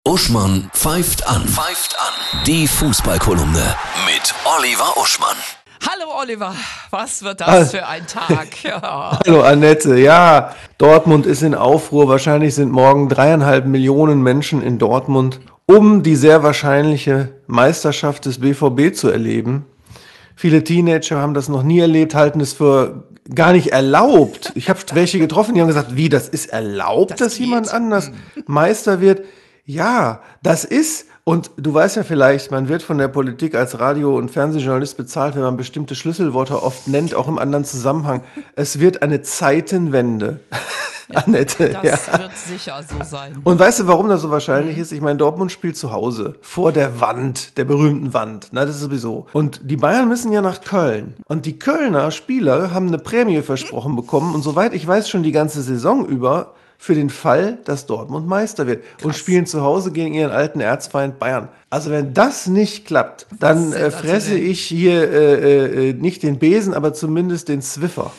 Uschmann pfeift an. Die Fußballkolumne mit Oliver Uschmann. Hallo Oliver, was wird das für ein Tag? Ja. Hallo Annette, ja, Dortmund ist in Aufruhr. Wahrscheinlich sind morgen 3,5 Millionen Menschen in Dortmund, um die sehr wahrscheinliche Meisterschaft des BVB zu erleben. Viele Teenager haben das noch nie erlebt, halten es für gar nicht erlaubt. Ich habe welche getroffen, die haben gesagt, wie, das ist erlaubt, dass jemand anders Meister wird? Ja, das ist, und du weißt ja vielleicht, man wird von der Politik als Radio- und Fernsehjournalist bezahlt, wenn man bestimmte Schlüsselworte oft nennt, auch im anderen Zusammenhang. Es wird eine Zeitenwende. Annette, Das wird sicher so sein. Und weißt du, warum das so wahrscheinlich ist? Ich meine, Dortmund spielt zu Hause, vor der Wand, der berühmten Wand. Na, das ist sowieso. Und die Bayern müssen ja nach Köln. Und die Kölner Spieler haben eine Prämie versprochen bekommen. Und soweit ich weiß, schon die ganze Saison über, für den Fall, dass Dortmund Meister wird. Und spielen zu Hause gegen ihren alten Erzfeind Bayern. Also wenn das nicht klappt, dann fresse ich hier nicht den Besen, aber zumindest den Zwiffer.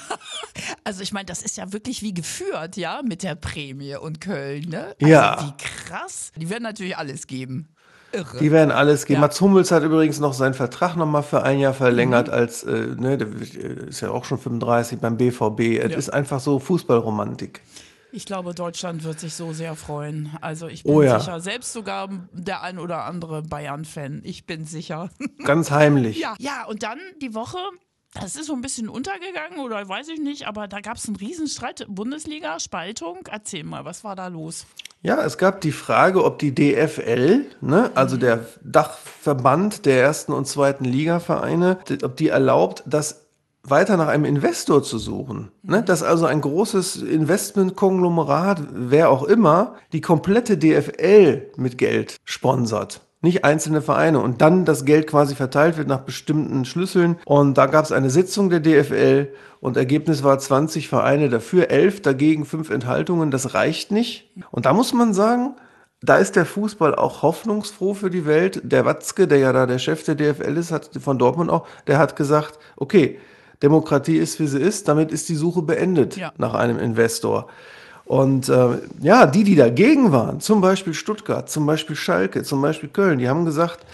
Also ich meine, das ist ja wirklich wie geführt, ja, mit der Prämie und Köln, ne? Also Ja. wie krass. Die werden natürlich alles geben. Irre. Die werden alles geben. Ja. Mats Hummels hat übrigens noch seinen Vertrag nochmal für ein Jahr verlängert, als, der ist ja auch schon 35 beim BVB. Es ist einfach so Fußballromantik. Ich glaube, Deutschland wird sich so sehr freuen. Also ich bin Oh ja. sicher, selbst sogar der ein oder andere Bayern-Fan. Ich bin sicher. Ganz heimlich. Ja, und dann die Woche, das ist so ein bisschen untergegangen oder weiß ich nicht, aber da gab es einen Riesenstreit, Bundesliga-Spaltung. Erzähl mal, was war da los? Ja, es gab die Frage, ob die DFL, ne, also der Dachverband der ersten und zweiten Ligavereine, ob die erlaubt, das weiter nach einem Investor zu suchen. Ne? Dass also ein großes Investmentkonglomerat, wer auch immer, die komplette DFL mit Geld sponsert. Nicht einzelne Vereine. Und dann das Geld quasi verteilt wird nach bestimmten Schlüsseln. Und da gab es eine Sitzung der DFL und Ergebnis war 20 Vereine dafür, 11 dagegen, 5 Enthaltungen. Das reicht nicht. Und da muss man sagen, da ist der Fußball auch hoffnungsfroh für die Welt. Der Watzke, der ja da der Chef der DFL ist, hat von Dortmund auch, der hat gesagt, okay, Demokratie ist, wie sie ist, damit ist die Suche beendet nach einem Investor. Und die dagegen waren, zum Beispiel Stuttgart, zum Beispiel Schalke, zum Beispiel Köln, die haben gesagt,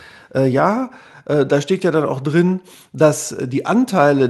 da steht ja dann auch drin, dass die Anteile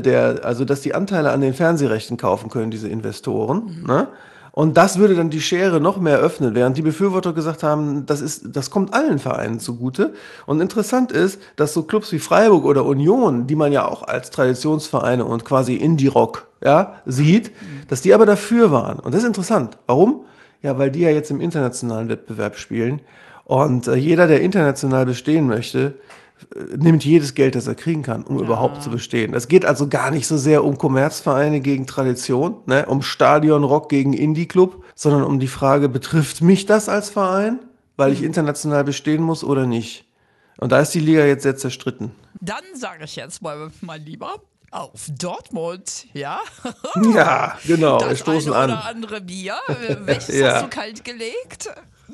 an den Fernsehrechten kaufen können, diese Investoren, ne? Und das würde dann die Schere noch mehr öffnen, während die Befürworter gesagt haben, das kommt allen Vereinen zugute. Und interessant ist, dass so Clubs wie Freiburg oder Union, die man ja auch als Traditionsvereine und quasi Indie-Rock sieht, dass die aber dafür waren. Und das ist interessant. Warum? Ja, weil die ja jetzt im internationalen Wettbewerb spielen. Und jeder, der international bestehen möchte, nimmt jedes Geld, das er kriegen kann, um überhaupt zu bestehen. Es geht also gar nicht so sehr um Kommerzvereine gegen Tradition, ne, um Stadionrock gegen Indie-Club, sondern um die Frage, betrifft mich das als Verein, weil ich international bestehen muss oder nicht? Und da ist die Liga jetzt sehr zerstritten. Dann sage ich jetzt mal lieber auf Dortmund, ja? Ja, genau, wir Das stoßen eine an. oder andere Bier. Welches hast du kalt gelegt?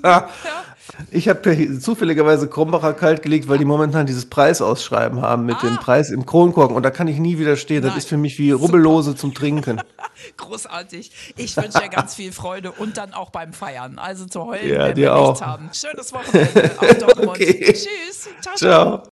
Ich habe zufälligerweise Krombacher kalt gelegt, weil die momentan dieses Preisausschreiben haben mit dem Preis im Kronkorken. Und da kann ich nie widerstehen. Das ist für mich wie Rubbellose zum Trinken. Großartig. Ich wünsche dir ganz viel Freude und dann auch beim Feiern. Also zu heulen, Ja, wenn dir wir auch. nichts haben. Schönes Wochenende auf Dortmund. Okay. Tschüss. Ciao, ciao. Ciao.